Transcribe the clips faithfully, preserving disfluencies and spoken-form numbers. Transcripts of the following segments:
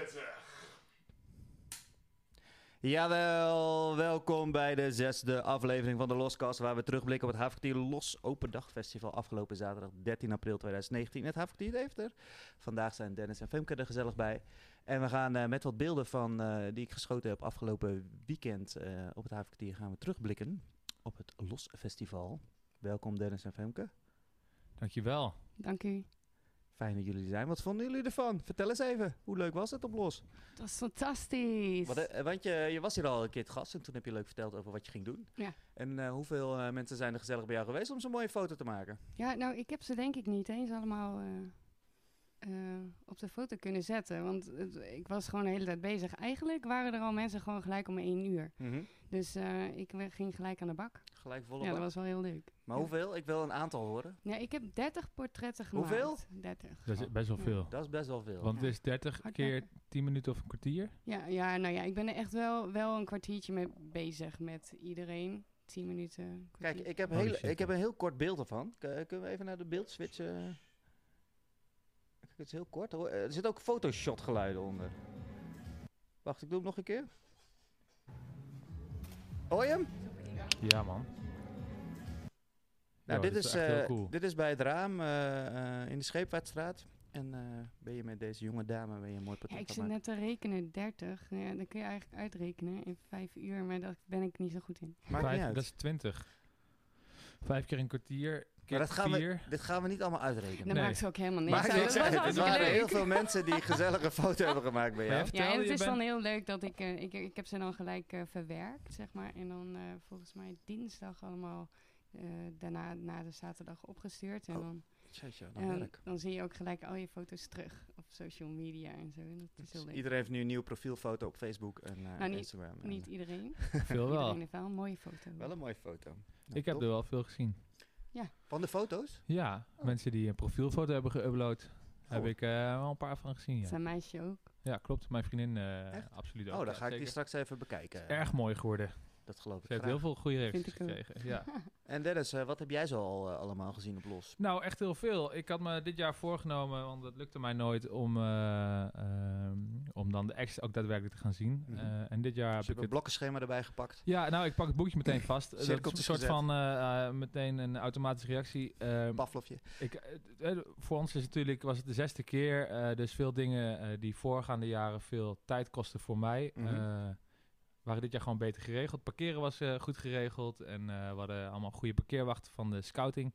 Jawel, welkom bij de zesde aflevering van de Loskast, waar we terugblikken op het Havenkwartier Los Open Dag Festival afgelopen zaterdag dertien april tweeduizend negentien. Het Havenkwartier Deventer. Vandaag zijn Dennis en Femke er gezellig bij. En we gaan uh, met wat beelden van, uh, die ik geschoten heb afgelopen weekend uh, op het Havenkwartier gaan we terugblikken op het Los Festival. Welkom Dennis en Femke. Dankjewel. Dank u. Fijn dat jullie er zijn. Wat vonden jullie ervan? Vertel eens even. Hoe leuk was het op Los? Het was fantastisch. Wat, uh, want je, je was hier al een keer te gast en toen heb je leuk verteld over wat je ging doen. Ja. En uh, hoeveel uh, mensen zijn er gezellig bij jou geweest om zo'n mooie foto te maken? Ja, nou, ik heb ze denk ik niet eens allemaal uh, uh, op de foto kunnen zetten. Want het, ik was gewoon de hele tijd bezig. Eigenlijk waren er al mensen gewoon gelijk om één uur. Mm-hmm. Dus uh, ik ging gelijk aan de bak. Gelijk volle Ja, bak. dat was wel heel leuk. Maar ja. hoeveel? Ik wil een aantal horen. Ja, ik heb dertig portretten gemaakt. Hoeveel? dertig. Dat is best wel veel. Dat is best wel veel. Want het is dertig Hard keer werken. tien minuten of een kwartier. Ja, ja, nou ja, ik ben er echt wel, wel een kwartiertje mee bezig met iedereen. tien minuten, een kwartier. Kijk, ik heb, Oh, heel, shit. ik heb een heel kort beeld ervan. K- kunnen we even naar de beeld switchen? Kijk, het is heel kort. Hoor. Er zitten ook Photoshop geluiden onder. Wacht, ik doe hem nog een keer. Hoor je hem? Ja, man. Nou, Ja, dit, dat is, is echt heel uh, cool. dit is bij het raam uh, uh, in de Scheepvaartstraat. En uh, ben je met deze jonge dame ben je een mooi Ja, portret ik gaan zit maken. net te rekenen, dertig. Ja, dan kun je eigenlijk uitrekenen in vijf uur, maar daar ben ik niet zo goed in. Maakt niet Vijf, uit. dat is twintig. Vijf keer een kwartier, keer Maar dat gaan we, vier. dit gaan we niet allemaal uitrekenen. Dat Nee. maakt ze ook helemaal niks Maakt uit. niks Dat was uit. Er hartstikke waren leuk. heel veel mensen die gezellige foto hebben gemaakt bij Maar jou. jij Ja, en vertelde, het je is bent- dan heel leuk dat ik, uh, ik... Ik heb ze dan gelijk uh, verwerkt, zeg maar. En dan uh, volgens mij dinsdag allemaal uh, daarna na de zaterdag opgestuurd. En Oh, dan, Jeetje, en dan dan, werk. dan zie je ook gelijk al je foto's terug op social media en zo. En dat is heel leuk. Iedereen heeft nu een nieuwe profielfoto op Facebook en uh, Nou, niet- Instagram. En, Niet uh, iedereen. Veel wel. Iedereen heeft wel een mooie foto. wel een mooie foto. Nou, Ik heb top. er wel veel gezien. Van de foto's? Ja, Oh. mensen die een profielfoto hebben geüpload. Heb Oh. ik uh, wel een paar van gezien, ja. Zijn meisje ook. Ja, klopt. Mijn vriendin uh, Echt? absoluut ook. Oh, dan Ja, ga ik die zeker. straks even bekijken. Erg mooi geworden. Dat geloof ik Ze heeft graag. heel veel goede reacties Vind ik ook. gekregen. Ja. En Dennis, uh, wat heb jij zo al uh, allemaal gezien op Los? Nou, echt heel veel. Ik had me dit jaar voorgenomen, want dat lukte mij nooit, om, uh, um, om dan de acts ook daadwerkelijk te gaan zien. Mhm. Uh, en dit jaar Dus heb je ik hebt een het... blokkenschema erbij gepakt. Ja, nou, ik pak het boekje meteen vast. Dat is een Cirkeltjes soort gezet. van uh, uh, meteen een automatische reactie. Uh, Pavlovje. ik, uh, uh, voor ons is het natuurlijk, was het de zesde keer. Uh, dus veel dingen uh, die voorgaande jaren veel tijd kosten voor mij. Mhm. Uh, waren dit jaar gewoon beter geregeld. Parkeren was uh, goed geregeld. En uh, we hadden allemaal goede parkeerwachten van de scouting.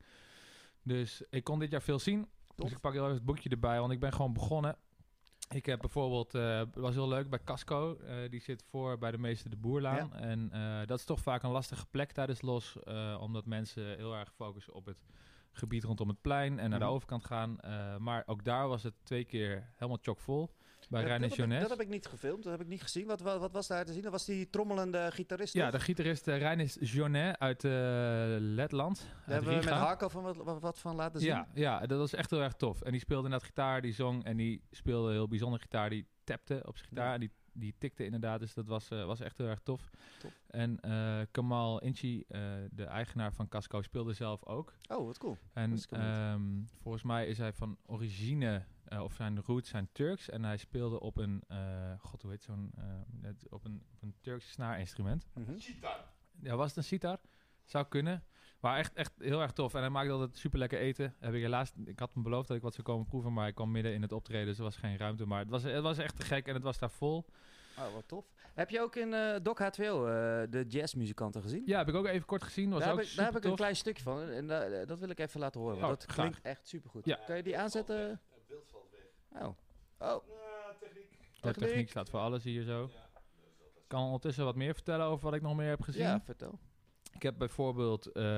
Dus ik kon dit jaar veel zien. Tof. Dus ik pak heel even het boekje erbij, want ik ben gewoon begonnen. Ik heb bijvoorbeeld, uh, het was heel leuk bij Casco. Uh, die zit voor bij de Meester de Boerlaan. Ja. En uh, dat is toch vaak een lastige plek tijdens Los. Uh, omdat mensen heel erg focussen op het gebied rondom het plein en naar Mhm. de overkant gaan. Uh, maar ook daar was het twee keer helemaal chockvol. Bij Ja, Reine dat, heb ik, Jeunesse. dat heb ik niet gefilmd, dat heb ik niet gezien. Wat, wat, wat was daar te zien? Dat was die trommelende gitarist, Ja, toch? de gitarist uh, Reinis Jeunesse uit uh, Letland. Daar uit hebben we met Riga. Harco van wat, wat, wat van laten zien. Ja, ja, dat was echt heel erg tof. En die speelde inderdaad gitaar, die zong en die speelde heel bijzonder gitaar. Die tapte op zijn gitaar Ja. en die, die tikte inderdaad. Dus dat was, uh, was echt heel erg tof. Tof. En uh, Kamal Inchi, uh, de eigenaar van Casco, speelde zelf ook. Oh, wat cool. En Dat is cool. um, volgens mij is hij van origine, uh, of zijn roots zijn Turks. En hij speelde op een, uh, god hoe heet zo'n, uh, net, op een, op een Turks snaarinstrument. Mhm. Ja, was het een sitar? Zou kunnen. Maar echt, echt heel erg tof. En hij maakte altijd super lekker eten. Heb ik helaas, ik had hem beloofd dat ik wat zou komen proeven, maar ik kwam midden in het optreden, dus er was geen ruimte. Maar het was, het was echt te gek en het was daar vol. Oh, wat tof. Heb je ook in uh, Doc H twee O uh, de jazzmuzikanten gezien? Ja, heb ik ook even kort gezien. Was daar ook heb ik, daar heb ik supertof. een klein stukje van en uh, dat wil ik even laten horen. Want Oh, dat graag. klinkt echt supergoed. Ja. Kan je die aanzetten? Het beeld valt weg. Oh. Oh. Ja, techniek. De techniek. techniek staat voor alles hier zo. Ik kan ondertussen wat meer vertellen over wat ik nog meer heb gezien. Ja, vertel. Ik heb bijvoorbeeld uh,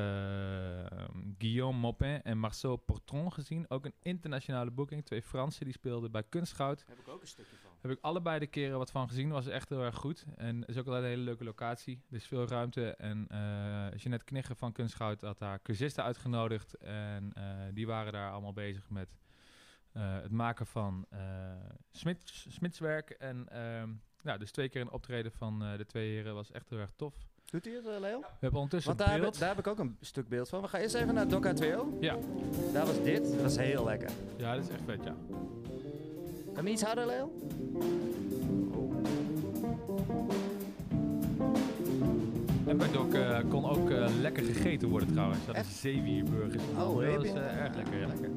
Guillaume Maupin en Marceau Portron gezien. Ook een internationale boeking. Twee Fransen die speelden bij Kunstgoud. Daar heb ik ook een stukje van. Heb ik allebei de keren wat van gezien. Was echt heel erg goed. En is ook altijd een hele leuke locatie. Er is veel ruimte. En uh, Jeanette Knigge van Kunstgoud had haar cursisten uitgenodigd. En uh, die waren daar allemaal bezig met uh, het maken van uh, smid, smidswerk. En uh, nou, dus twee keer een optreden van uh, de twee heren was echt heel erg tof. Doet hij het, uh, Leo? We hebben ondertussen Want daar heb, beeld. ik, daar heb ik ook een stuk beeld van. We gaan eerst even naar Doc H twee O. Ja. Daar was dit. Dat was heel lekker. Ja, dat is echt vet, ja. Kan je iets harder, Leo? En bij Doc uh, kon ook uh, lekker gegeten worden trouwens. Dat is zeewierburgers. Oh, dat was je... uh, erg lekker, ja. lekker.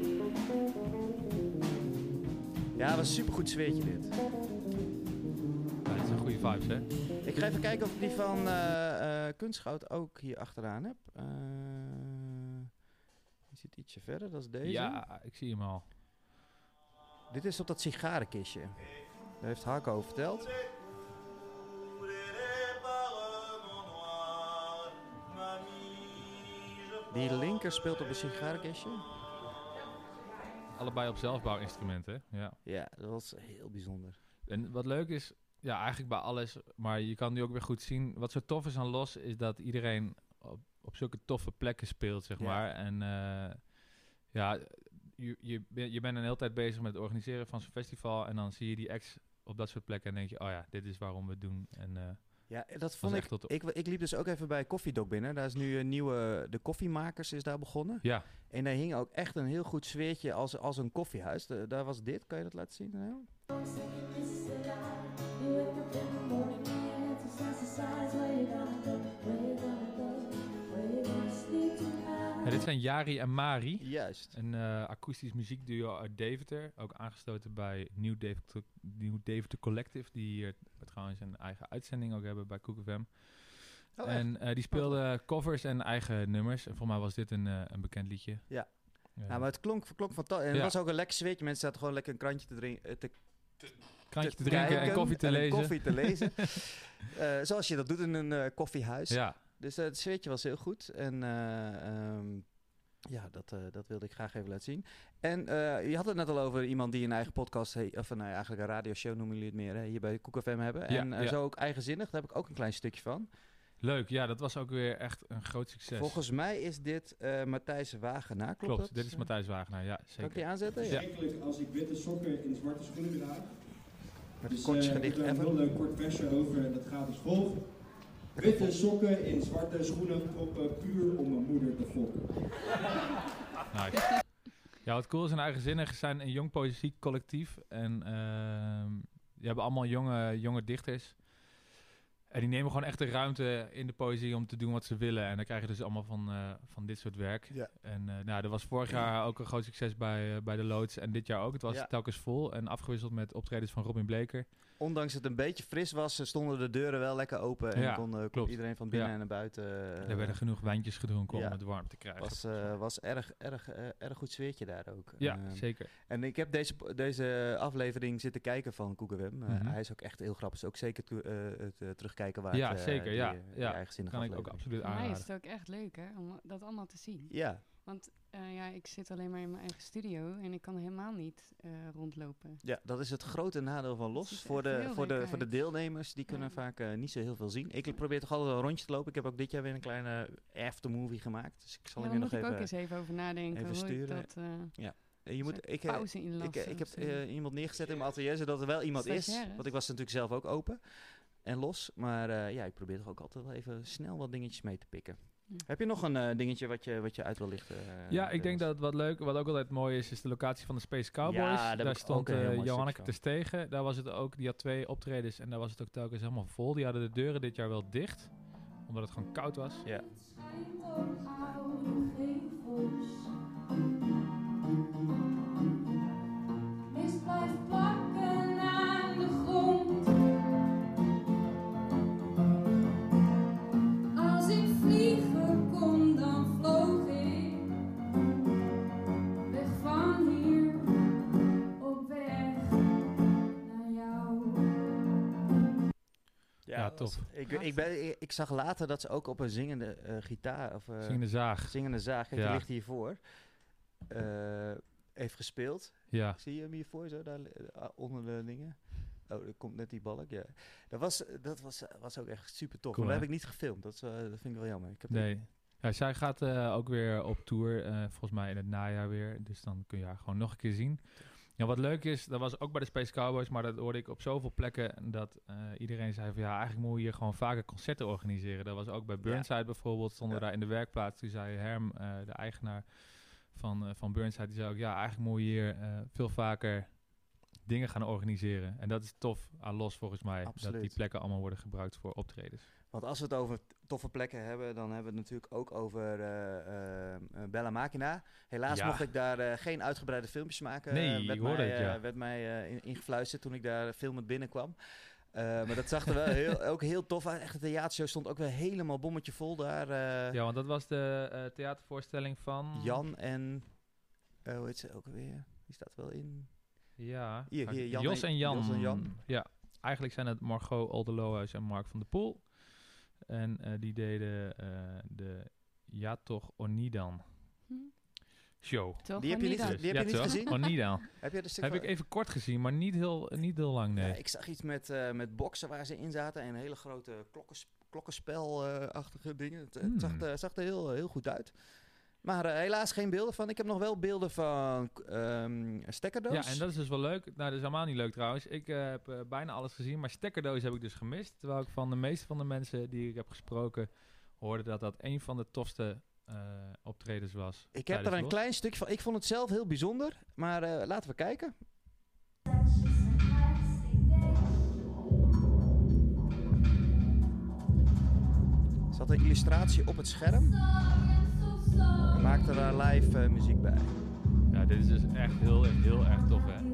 Ja, het was een supergoed sfeertje dit. Ja, dit zijn goede vibes, hè? Ik ga even kijken of ik die van uh, uh, Kunstgoud ook hier achteraan heb. Uh, die zit ietsje verder, dat is deze. Ja, ik zie hem al. Dit is op dat sigarenkistje. Daar heeft Harco over verteld. Die linker speelt op een sigarenkistje. Allebei op zelfbouwinstrumenten, ja. Ja, dat was heel bijzonder. En wat leuk is, ja, eigenlijk bij alles, maar je kan nu ook weer goed zien. Wat zo tof is aan Los, is dat iedereen op, op zulke toffe plekken speelt, zeg ja. maar. En uh, ja, je, je, je bent een hele tijd bezig met het organiseren van zo'n festival. En dan zie je die acts op dat soort plekken en denk je, oh ja, dit is waarom we het doen. En uh, ja, dat vond ik, ik. Ik liep dus ook even bij Koffiedok binnen. Daar is nu een nieuwe, de Koffiemakers is daar begonnen. Ja. En daar hing ook echt een heel goed sfeertje als, als een koffiehuis. De, daar was dit, kan je dat laten zien? Ja. Ja, dit zijn Jari en Mari. Juist. Een uh, akoestisch muziekduo uit Deventer. Ook aangesloten bij Nieuw Deventer, Nieuw Deventer Collective. Die hier trouwens een eigen uitzending ook hebben bij Koek F M. Oh, en uh, die speelden oh. covers en eigen nummers. En voor mij was dit een, uh, een bekend liedje. Ja. Uh, nou, maar het klonk, klonk fantastisch. En ja. het was ook een lekker zweetje. Mensen zaten gewoon lekker een krantje te drinken. Te, te, krantje te, te drinken en koffie te en lezen. koffie te lezen. uh, zoals je dat doet in een uh, koffiehuis. Ja. Dus uh, het zweetje was heel goed. En uh, um, ja, dat, uh, dat wilde ik graag even laten zien. En uh, je had het net al over iemand die een eigen podcast, he- of nou, eigenlijk een radioshow noemen jullie het meer, hè, hier bij Koek F M hebben. Ja, en uh, ja. zo ook eigenzinnig, daar heb ik ook een klein stukje van. Leuk, ja, dat was ook weer echt een groot succes. Volgens mij is dit uh, Matthijs Wagenaar, klopt, klopt dat? Dit is Matthijs Wagenaar, ja, zeker. Kan ik die aanzetten? Verschrikkelijk ja. Als ik witte sokken in zwarte schoenen draag. Met dus, een kortje uh, gedicht ik heb even. een heel leuk kort versje over en dat gaat als volgt. Witte sokken in zwarte schoenen proppen puur om mijn moeder te fokken. Nice. Ja, wat cool is en eigenzinnig zijn een jong poëzie collectief. En uh, die hebben allemaal jonge, jonge dichters. En die nemen gewoon echt de ruimte in de poëzie om te doen wat ze willen. En dan krijg je dus allemaal van, uh, van dit soort werk. Ja. En uh, nou, er was vorig jaar ook een groot succes bij, uh, bij de Loods. En dit jaar ook. Het was ja. telkens vol. En afgewisseld met optredens van Robin Bleker. Ondanks het een beetje fris was, stonden de deuren wel lekker open. En ja, kon, uh, kon iedereen van binnen ja. en naar buiten. Uh, er werden genoeg wijntjes gedronken ja. om het warm te krijgen. Het was, uh, was erg, erg, uh, erg goed sfeertje daar ook. Ja, uh, zeker. En ik heb deze, deze aflevering zitten kijken van Koek F M. Uh, mm-hmm. Hij is ook echt heel grappig. Is ook zeker to, uh, het uh, terugkijken waard. Ja, zeker. Uh, ja, die, uh, ja. Die kan ik ook absoluut Voor aanraden. mij is het ook echt leuk, hè, om dat allemaal te zien. Ja. Want uh, ja, ik zit alleen maar in mijn eigen studio en ik kan helemaal niet uh, rondlopen. Ja, dat is het grote nadeel van Los. Voor de, voor, de, voor de deelnemers, die kunnen ja. vaak uh, niet zo heel veel zien. Ik probeer toch altijd een rondje te lopen. Ik heb ook dit jaar weer een kleine aftermovie gemaakt. Dus ik zal ja, er nog even... ik ook eens even over nadenken. Even sturen. Dat, uh, ja. Je moet, ik, pauze ik, ik, ik heb uh, iemand neergezet in mijn atelier, zodat er wel iemand is. Want ik was natuurlijk zelf ook open en los. Maar uh, ja, ik probeer toch ook altijd wel even snel wat dingetjes mee te pikken. Ja. Heb je nog een uh, dingetje wat je, wat je uit wil lichten? Uh, ja, ik denk dat wat leuk, wat ook altijd mooi is, is de locatie van de Space Cowboys. Ja, daar stond uh, Johanneke Terstegen. Daar was het ook, die had twee optredens en daar was het ook telkens helemaal vol. Die hadden de deuren dit jaar wel dicht, omdat het gewoon koud was. Ja. Mist blijft plakken aan de grond. Als ik vliegen kon, dan vloog ik weg van hier, op weg naar jou. Ja, ja tof. Ik, ik, ben, ik, ik zag later dat ze ook op een zingende uh, gitaar... Of, uh, zingende zaag. Zingende zaag, kijk, ja. Die ligt hiervoor. Uh, heeft gespeeld. Ja. Zie je hem hiervoor zo, daar uh, onder de dingen? Oh, er komt net die balk, ja. Dat was, dat was, was ook echt super tof. Cool, maar dat heb ik niet gefilmd, dat, is, uh, dat vind ik wel jammer. Ik heb nee. Ja, zij gaat uh, ook weer op tour, uh, volgens mij in het najaar weer. Dus dan kun je haar gewoon nog een keer zien. Ja, wat leuk is, dat was ook bij de Space Cowboys, maar dat hoorde ik op zoveel plekken dat uh, iedereen zei van ja, eigenlijk moet je hier gewoon vaker concerten organiseren. Dat was ook bij Burnside ja. bijvoorbeeld, stonden we ja. daar in de werkplaats. Toen zei Herm, uh, de eigenaar van, uh, van Burnside, die zei ook ja, eigenlijk moet je hier uh, veel vaker dingen gaan organiseren. En dat is tof aan Los volgens mij. Absoluut. Dat die plekken allemaal worden gebruikt voor optredens. Want als we het over t- toffe plekken hebben, dan hebben we het natuurlijk ook over eh, eh, eh, Bella Machina. Helaas Ja. mocht ik daar eh, geen uitgebreide filmpjes maken. Nee, Eh, werd ik hoorde mij, het, ja. eh, werd mij eh, in- ingefluisterd toen ik daar filmend binnenkwam. Uh, maar dat zag er wel heel, ook heel tof uit. Echt, de theatershow stond ook weer helemaal bommetje vol daar. Uh, Ja, want dat was de uh, theatervoorstelling van... Jan en... Uh, hoe heet ze ook alweer? Die staat wel in... Ja. Hier, hier, Jan Jos en Jan. Jos en Jan. Ja, eigenlijk zijn het Margot Oldelohuis en Mark van der Poel. En uh, die deden uh, de Ja toch Onidan Hm. show. Toch, die heb je niet, Onidan. die heb ja, je niet toch? gezien? Onidan. Heb je de stuk Heb van... ik even kort gezien, maar niet heel, niet heel lang, nee. Ja, ik zag iets met, uh, met boksen waar ze in zaten en hele grote klokkens, klokkenspel-achtige dingen. Het, Hmm. het zag, uh, zag er heel, heel goed uit. Maar uh, helaas geen beelden van. Ik heb nog wel beelden van um, Stekkerdoos. Ja, en dat is dus wel leuk. Nou, dat is helemaal niet leuk trouwens. Ik uh, heb uh, bijna alles gezien, maar Stekkerdoos heb ik dus gemist. Terwijl ik van de meeste van de mensen die ik heb gesproken hoorde dat dat een van de tofste uh, optredens was. Ik heb er een Los. klein stukje van. Ik vond het zelf heel bijzonder, maar uh, laten we kijken. Er zat een illustratie op het scherm. Maakte daar live uh, muziek bij. Ja, dit is dus echt heel, heel erg tof, hè.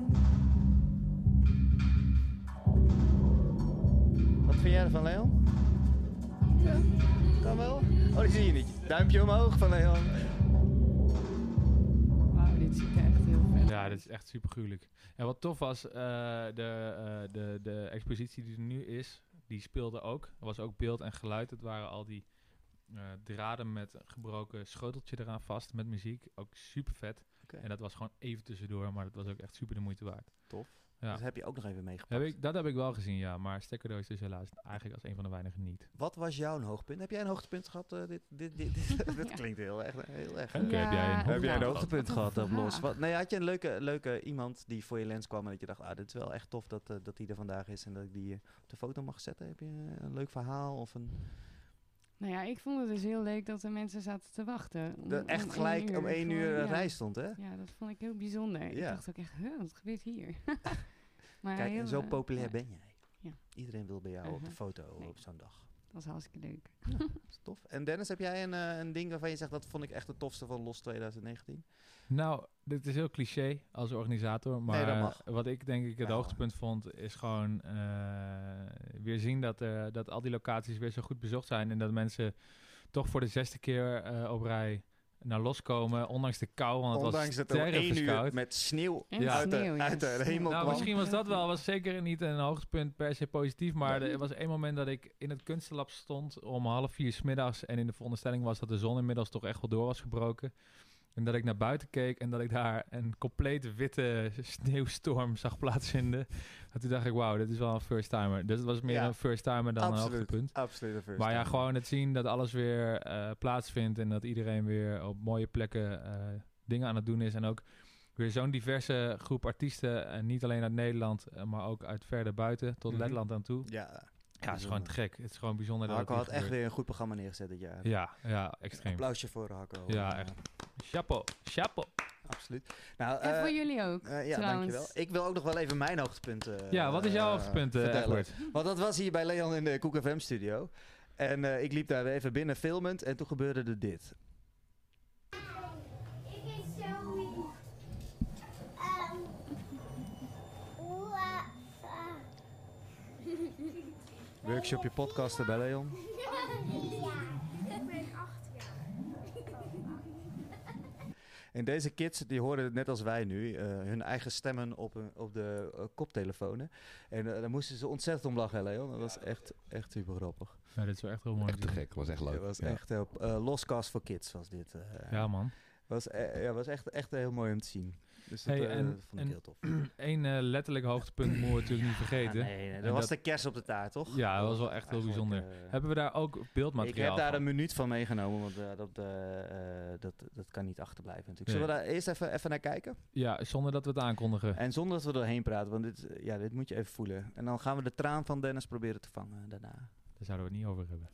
Wat vind jij ervan, Leon? Ja, kan wel. Oh, die zie je niet. Duimpje omhoog van Leon. Wauw, dit ziet er echt heel vet Ja, uit. dit is echt super gruwelijk. En wat tof was, uh, de, uh, de, de expositie die er nu is, die speelde ook. Er was ook beeld en geluid. Het waren al die uh, draden met een gebroken schoteltje eraan vast met muziek. Ook super vet. Okay. En dat was gewoon even tussendoor, maar dat was ook echt super de moeite waard. Tof. Ja. Dat heb je ook nog even meegepakt. Heb ik, dat heb ik wel gezien, ja. Maar Stekkerdoos dus helaas eigenlijk als een van de weinigen niet. Wat was jouw hoogtepunt? Heb jij een hoogtepunt gehad? Uh, dit dit, dit, dit dat klinkt heel erg. Heel erg Oké, okay, heb jij een Heb jij een hoogtepunt Wat gehad op een Los? vraag. Wat, nee, had je een leuke, leuke iemand die voor je lens kwam en dat je dacht, ah, dit is wel echt tof dat, uh, dat die er vandaag is en dat ik die uh, op de foto mag zetten? Heb je uh, een leuk verhaal of een... Nou ja, ik vond het dus heel leuk dat er mensen zaten te wachten. Om, De, echt om gelijk één uur om één uur voor- uh, ja. rij stond, hè? Ja, dat vond ik heel bijzonder. Ik Ja. dacht ook echt, huh, wat gebeurt hier? maar Kijk, heel, en zo eh, populair ja, ben jij. Ja. Iedereen wil bij jou op de Uh-huh. foto Nee. op zo'n dag. Dat was hartstikke leuk. Dat is tof. En Dennis, heb jij een, uh, een ding waarvan je zegt, dat vond ik echt het tofste van Los twintig negentien? Nou, dit is heel cliché als organisator, maar Nee, dat mag. wat ik denk ik het Ja. hoogtepunt vond, is gewoon uh, weer zien dat, uh, dat al die locaties weer zo goed bezocht zijn en dat mensen toch voor de zesde keer uh, op rij naar Los komen, ondanks de kou, want het Ondanks was dat er om één uur koud. met sneeuw En Ja. uit, de, sneeuw, ja. uit de hemel Nou, kwam. misschien was dat wel, was zeker niet een hoogtepunt per se positief, maar er was één moment dat ik in het kunstenlab stond om half vier 's middags en in de veronderstelling was dat de zon inmiddels toch echt wel door was gebroken. En dat ik naar buiten keek en dat ik daar een complete witte sneeuwstorm zag plaatsvinden. En toen dacht ik, wauw, dit is wel een first timer. Dus het was meer Ja. een first timer dan Absoluut. een hoogtepunt. Absoluut een first Maar ja, time. gewoon het zien dat alles weer uh, plaatsvindt en dat iedereen weer op mooie plekken uh, dingen aan het doen is. En ook weer zo'n diverse groep artiesten, en niet alleen uit Nederland, uh, maar ook uit verder buiten tot Mhm. Letland aan toe. Ja, Ja, het is gewoon te gek. Het is gewoon bijzonder dat Hakko het had hier echt gebeurt. weer een goed programma neergezet dit jaar. Ja, ja, extreem. Applausje voor Hakko. Ja, Uh, echt. Chapeau, chapeau. Absoluut. Nou, En uh, voor jullie ook, uh, ja, trouwens. dankjewel. Ik wil ook nog wel even mijn hoogtepunten uh, Ja, wat is jouw hoogtepunt, uh, vertellen. Edward? Want dat was hier bij Leon in de Koek F M studio. En uh, ik liep daar weer even binnen filmend en toen gebeurde er dit. Ik is zo lief. Um, oeh, Workshopje podcasten bij Leon. ja, ik ben acht jaar. En deze kids, die hoorden het net als wij nu, uh, hun eigen stemmen op, een, op de uh, koptelefonen. En uh, daar moesten ze ontzettend om lachen, Leon. Dat was echt, echt super grappig. Ja, dit is wel echt heel mooi. Echt te gek, was echt leuk. Het was Ja. echt uh, uh, Loscast voor Kids was dit. Uh, Ja, man. was, uh, ja, was echt, echt heel mooi om te zien. Dus dat, Hey, uh, en- dat vond ik en- heel tof. Eén uh, letterlijk hoogtepunt moeten we natuurlijk niet vergeten. Ja, nee, nee, dat En was dat- de kers op de taart, toch? Ja, dat was wel echt heel Eigenlijk, bijzonder. uh, Hebben we daar ook ik beeldmateriaal heb daar van? een minuut van meegenomen, want uh, dat, uh, uh, dat, dat kan niet achterblijven natuurlijk. Zullen we daar eerst even, even naar kijken? Ja, zonder dat we het aankondigen. En zonder dat we doorheen praten, want dit, uh, ja, dit moet je even voelen. En dan gaan we de traan van Dennis proberen te vangen daarna. Daar zouden we het niet over hebben.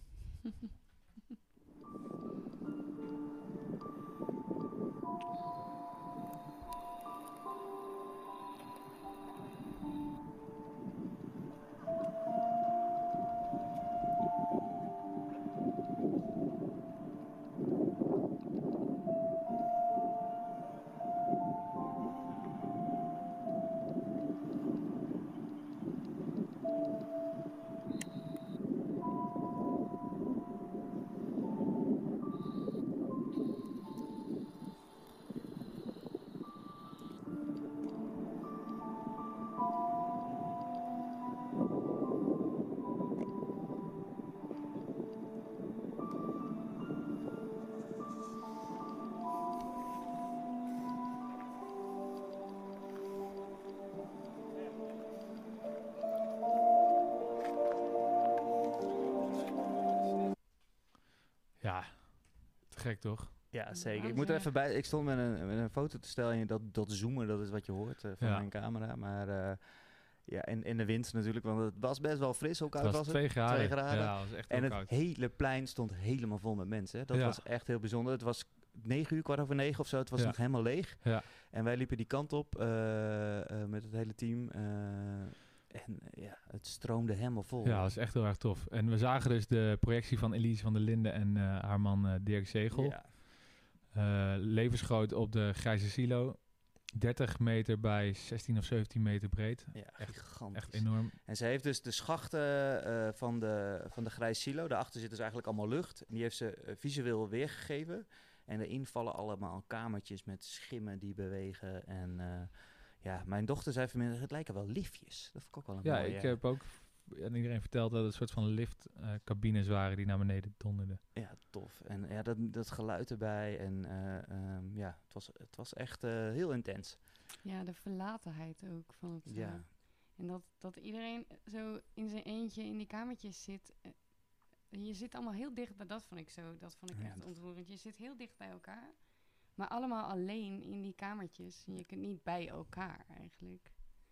gek, toch? Ja, zeker. Ik Waanzinnig. moet er even bij. Ik stond met een, met een foto te stellen en dat, dat zoomen, dat is wat je hoort uh, van Ja. mijn camera. Maar uh, ja, en in de wind natuurlijk, want het was best wel fris. Hoe koud Het was was twee het? graden. Twee graden. Ja, het was echt En heel het koud. hele plein stond helemaal vol met mensen. Hè. Dat Ja. was echt heel bijzonder. Het was negen uur, kwart over negen of zo. Het was Ja. nog helemaal leeg. Ja. En wij liepen die kant op uh, uh, met het hele team. Uh, en uh, ja, het stroomde helemaal vol. Ja, dat was echt heel erg tof. En we zagen dus de projectie van Elise van der Linden en uh, haar man uh, Dirk Zegel. Ja. Uh, levensgroot op de Grijze Silo. dertig meter bij zestien of zeventien meter breed. Ja, echt, gigantisch. echt enorm. En ze heeft dus de schachten uh, van, de, van de Grijze Silo. Daarachter zit dus eigenlijk allemaal lucht. En die heeft ze uh, visueel weergegeven. En erin vallen allemaal kamertjes met schimmen die bewegen. En uh, ja, mijn dochter zei vanmiddag, het lijken wel liftjes. Dat vond ik ook wel een Ja, mooie. ik heb ook aan iedereen verteld dat het een soort van liftcabines uh, waren die naar beneden donderden. Ja, tof. En ja, dat, dat geluid erbij. En uh, um, ja, het was, het was echt uh, heel intens. Ja, de verlatenheid ook van het... Uh, Ja. En dat, dat iedereen zo in zijn eentje in die kamertjes zit. Uh, je zit allemaal heel dicht bij, dat vond ik zo, dat vond ik Ja, echt dat- ontroerend. Je zit heel dicht bij elkaar, maar allemaal alleen in die kamertjes. Je kunt niet bij elkaar eigenlijk.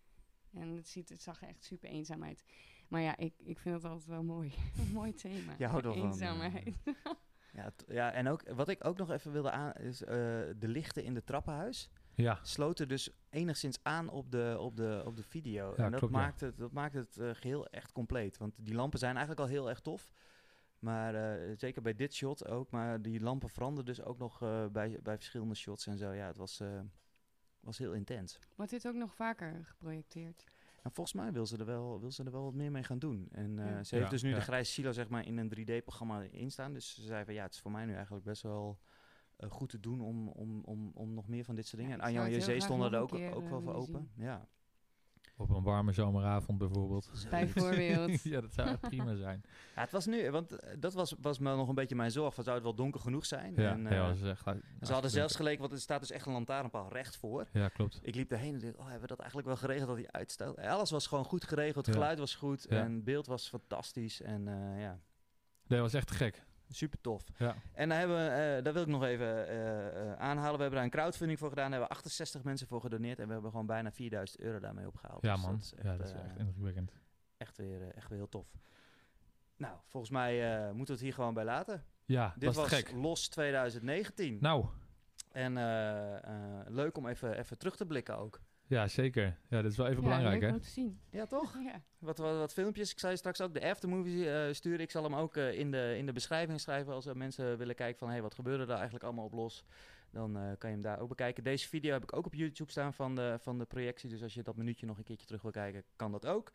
En het, ziet, het zag er echt super eenzaam uit. Maar ja, ik, ik vind het altijd wel mooi. Een mooi thema. Je houdt wel van, eenzaamheid. Ja, t- ja, en ook wat ik ook nog even wilde aan is uh, de lichten in het trappenhuis. Ja, Sloten dus enigszins aan op de, op de, op de video. Ja, en dat klopt, ja. maakt het, dat maakt het uh, geheel echt compleet. Want die lampen zijn eigenlijk al heel erg tof. Maar uh, zeker bij dit shot ook. Maar die lampen veranderden dus ook nog uh, bij, bij verschillende shots en zo. Ja, het was, uh, was heel intens. Wordt dit ook nog vaker geprojecteerd? En volgens mij wil ze er wel, wil ze er wel wat meer mee gaan doen. En uh, Ja. ze heeft Ja, dus nu ja. de Grijze Silo zeg maar in een drie D-programma instaan. Dus ze zei van ja, het is voor mij nu eigenlijk best wel uh, goed te doen om, om, om, om nog meer van dit soort dingen. Ja, en ik Anja zou en het heel José graag stonden er nog ook, een keer, ook uh, wel voor willen open. Ja. op een warme zomeravond bijvoorbeeld. Bijvoorbeeld. Ja, dat zou echt prima zijn. Ja, het was nu, want uh, dat was, was me nog een beetje mijn zorg. Van, zou het wel donker genoeg zijn? Ja, en, uh, ja, was echt, ze hadden zelfs geleken, want er staat dus echt een lantaarnpaal recht voor. Ja, klopt. Ik liep erheen en dacht, oh, hebben we dat eigenlijk wel geregeld dat hij uitstelt? Alles was gewoon goed geregeld, Ja. geluid was goed Ja. en beeld was fantastisch. En uh, ja, Nee, dat was echt gek. super tof. Ja. En daar, hebben we, uh, daar wil ik nog even uh, uh, aanhalen. We hebben daar een crowdfunding voor gedaan. Daar hebben we achtenzestig mensen voor gedoneerd. En we hebben gewoon bijna vierduizend euro daarmee opgehaald. Ja, Dus man. Dat is echt, Ja, dat is uh, echt indrukwekkend. echt, weer, uh, echt weer heel tof. Nou, volgens mij uh, moeten we het hier gewoon bij laten. Ja, Dit was was het gek. Los twintig negentien. Nou, En uh, uh, leuk om even, even terug te blikken ook. ja, zeker. Ja, dat is wel even Ja, belangrijk, leuk hè? om te zien. Ja, toch? Ja. Wat, wat, wat filmpjes. Ik zal je straks ook de aftermovie uh, sturen. Ik zal hem ook uh, in, de, in de beschrijving schrijven. Als er mensen willen kijken van... Hey, wat gebeurde daar eigenlijk allemaal op Los? Dan uh, kan je hem daar ook bekijken. Deze video heb ik ook op YouTube staan van de, van de projectie. Dus als je dat minuutje nog een keertje terug wil kijken... kan dat ook.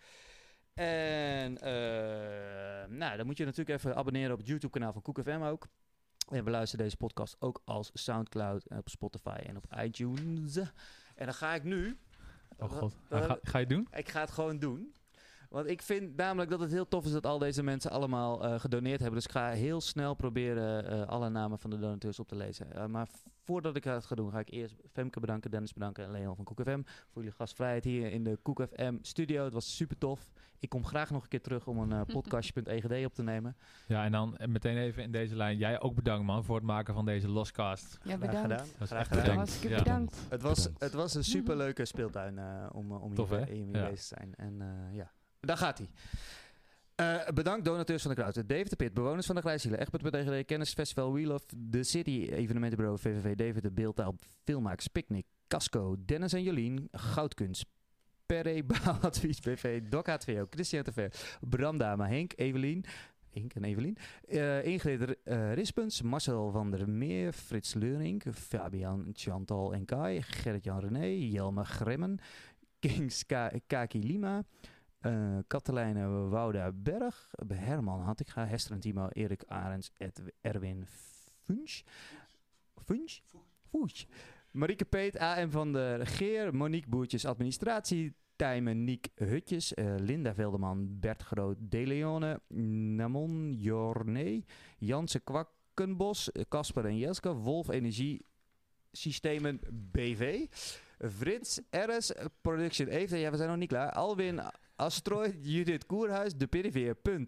En uh, nou, dan moet je natuurlijk even abonneren op het YouTube kanaal van Koek F M ook. En we luisteren deze podcast ook als Soundcloud, op Spotify en op iTunes. En dan ga ik nu... Oh god. Dat- Ga, ga je het doen? Ik ga het gewoon doen. Want ik vind namelijk dat het heel tof is dat al deze mensen allemaal uh, gedoneerd hebben. Dus ik ga heel snel proberen uh, alle namen van de donateurs op te lezen. Uh, maar voordat ik dat ga doen, ga ik eerst Femke bedanken, Dennis bedanken en Leon van Koek F M voor jullie gastvrijheid hier in de Koek F M studio. Het was super tof. Ik kom graag nog een keer terug om een uh, podcastje.egd op te nemen. Ja, en dan en meteen even in deze lijn. Jij ook bedankt, man, voor het maken van deze Lostcast. Ja, Graag bedankt. gedaan. Dat is Graag echt gedaan. bedankt. Hartstikke Ja. bedankt. Het was, Bedankt. het was een superleuke speeltuin uh, om, uh, om Tof, hier, hè? hier Ja. bezig te zijn. En uh, ja, daar gaat hij. Uh, bedankt donateurs van de crowd. David de Pit, bewoners van de Grijszielen, Egbert.egd, Kennisfestival, We Love the City, evenementenbureau, V V V, David de Beeldtaal, Filmmakers, Picnic, Casco, Dennis en Jolien, Goudkunst, Perre, Bouwadvies, B V, Doc H twee O, Christian T V, Bram Dama, Henk, Evelien, Henk en Evelien, uh, Ingrid uh, Rispens, Marcel van der Meer, Frits Leurink, Fabian, Chantal en Kai, Gerrit-Jan René, Jelme Grimmen, Kings Ka- Kaki Lima, Uh, Katelijne Wouda Berg, Herman Hattinga, Hester en Timo, Erik Arends, Ed, Erwin Funch, Funch? Funch. Marieke Peet, A M van der Geer, Monique Boertjes, administratie, Tijmen, Niek Hutjes, uh, Linda Velderman, Bert Groot, De Leone, Namon Jorné, Janse Kwakkenbos, Casper en Jelska, Wolf Energie Systemen B V, Frits, R S, Production Eve, ja we zijn nog niet klaar, Alwin, Asteroid, Judith Koerhuis, De Periveer, punt,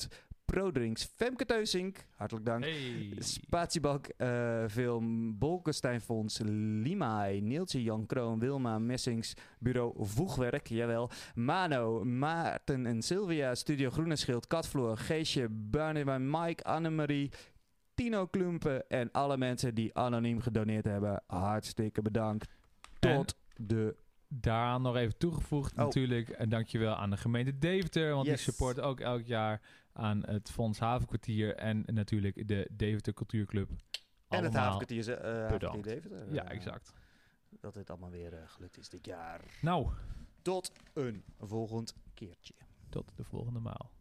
ProDrinks, Femke Teusink, hartelijk dank. Hey. Spatiebank uh, Film, Bolkestein Fonds, Limaai, Neeltje Jan Kroon, Wilma Messings, Bureau Voegwerk, jawel. Mano, Maarten en Sylvia, Studio Groene Schild, Katvloer, Geesje, Barney, Mike, Annemarie, Tino Klumpen en alle mensen die anoniem gedoneerd hebben. Hartstikke bedankt. Tot En de... Daaraan nog even toegevoegd Oh. natuurlijk. En dankjewel aan de gemeente Deventer, want Yes. die support ook elk jaar aan het Fonds Havenkwartier en natuurlijk de Deventer Cultuurclub. En het Allemaal Havenkwartier, uh, Havenkwartier Deventer. Ja, Uh, exact. Dat dit allemaal weer uh, gelukt is dit jaar. Nou, Tot een volgend keertje. tot de volgende maal.